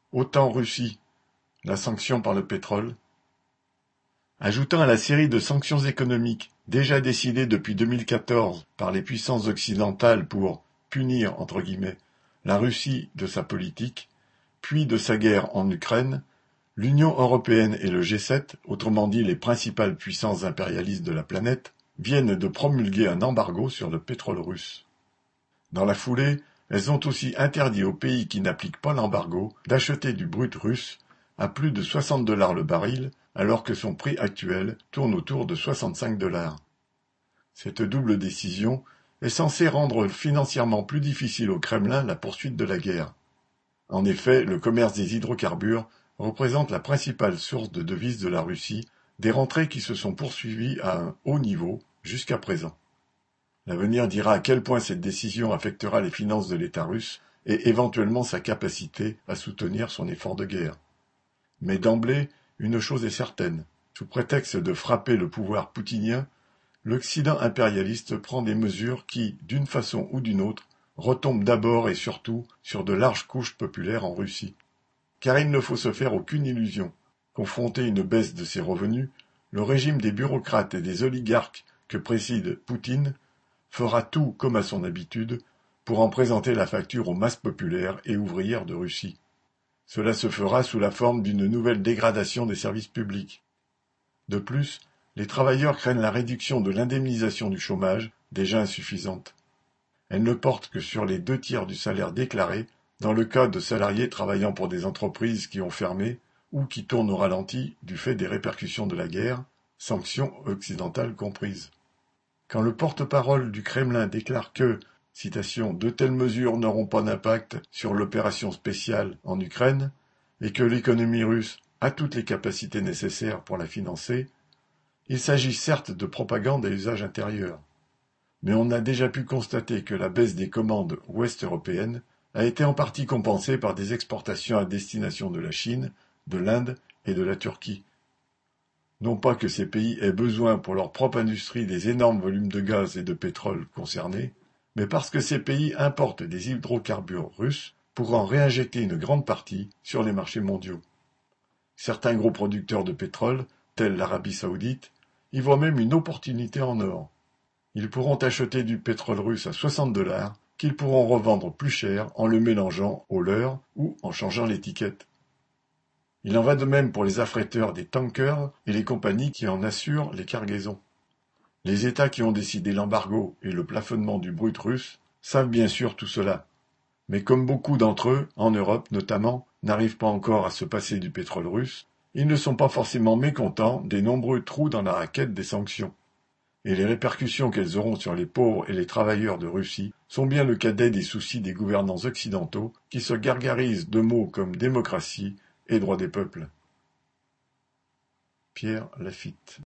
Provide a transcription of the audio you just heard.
OTAN-Russie, la sanction par le pétrole. Ajoutant à la série de sanctions économiques déjà décidées depuis 2014 par les puissances occidentales pour «punir» entre guillemets, la Russie de sa politique, puis de sa guerre en Ukraine, l'Union européenne et le G7, autrement dit les principales puissances impérialistes de la planète, viennent de promulguer un embargo sur le pétrole russe. Dans la foulée, elles ont aussi interdit aux pays qui n'appliquent pas l'embargo d'acheter du brut russe à plus de 60 $ le baril, alors que son prix actuel tourne autour de 65 $. Cette double décision est censée rendre financièrement plus difficile au Kremlin la poursuite de la guerre. En effet, le commerce des hydrocarbures représente la principale source de devises de la Russie, des rentrées qui se sont poursuivies à un haut niveau jusqu'à présent. L'avenir dira à quel point cette décision affectera les finances de l'État russe et éventuellement sa capacité à soutenir son effort de guerre. Mais d'emblée, une chose est certaine, sous prétexte de frapper le pouvoir poutinien, l'Occident impérialiste prend des mesures qui, d'une façon ou d'une autre, retombent d'abord et surtout sur de larges couches populaires en Russie. Car il ne faut se faire aucune illusion. Confronté à une baisse de ses revenus, le régime des bureaucrates et des oligarques que préside Poutine fera tout comme à son habitude pour en présenter la facture aux masses populaires et ouvrières de Russie. Cela se fera sous la forme d'une nouvelle dégradation des services publics. De plus, les travailleurs craignent la réduction de l'indemnisation du chômage, déjà insuffisante. Elle ne porte que sur les 2/3 du salaire déclaré dans le cas de salariés travaillant pour des entreprises qui ont fermé ou qui tournent au ralenti du fait des répercussions de la guerre, sanctions occidentales comprises. Quand le porte-parole du Kremlin déclare que, citation, de telles mesures n'auront pas d'impact sur l'opération spéciale en Ukraine et que l'économie russe a toutes les capacités nécessaires pour la financer, il s'agit certes de propagande à usage intérieur. Mais on a déjà pu constater que la baisse des commandes ouest-européennes a été en partie compensée par des exportations à destination de la Chine, de l'Inde et de la Turquie. Non pas que ces pays aient besoin pour leur propre industrie des énormes volumes de gaz et de pétrole concernés, mais parce que ces pays importent des hydrocarbures russes pour en réinjecter une grande partie sur les marchés mondiaux. Certains gros producteurs de pétrole, tels l'Arabie saoudite, y voient même une opportunité en or. Ils pourront acheter du pétrole russe à 60 $ qu'ils pourront revendre plus cher en le mélangeant au leur ou en changeant l'étiquette. Il en va de même pour les affréteurs des tankers et les compagnies qui en assurent les cargaisons. Les États qui ont décidé l'embargo et le plafonnement du brut russe savent bien sûr tout cela. Mais comme beaucoup d'entre eux, en Europe notamment, n'arrivent pas encore à se passer du pétrole russe, ils ne sont pas forcément mécontents des nombreux trous dans la raquette des sanctions. Et les répercussions qu'elles auront sur les pauvres et les travailleurs de Russie sont bien le cadet des soucis des gouvernants occidentaux qui se gargarisent de mots comme démocratie et droit des peuples. Pierre Lafitte.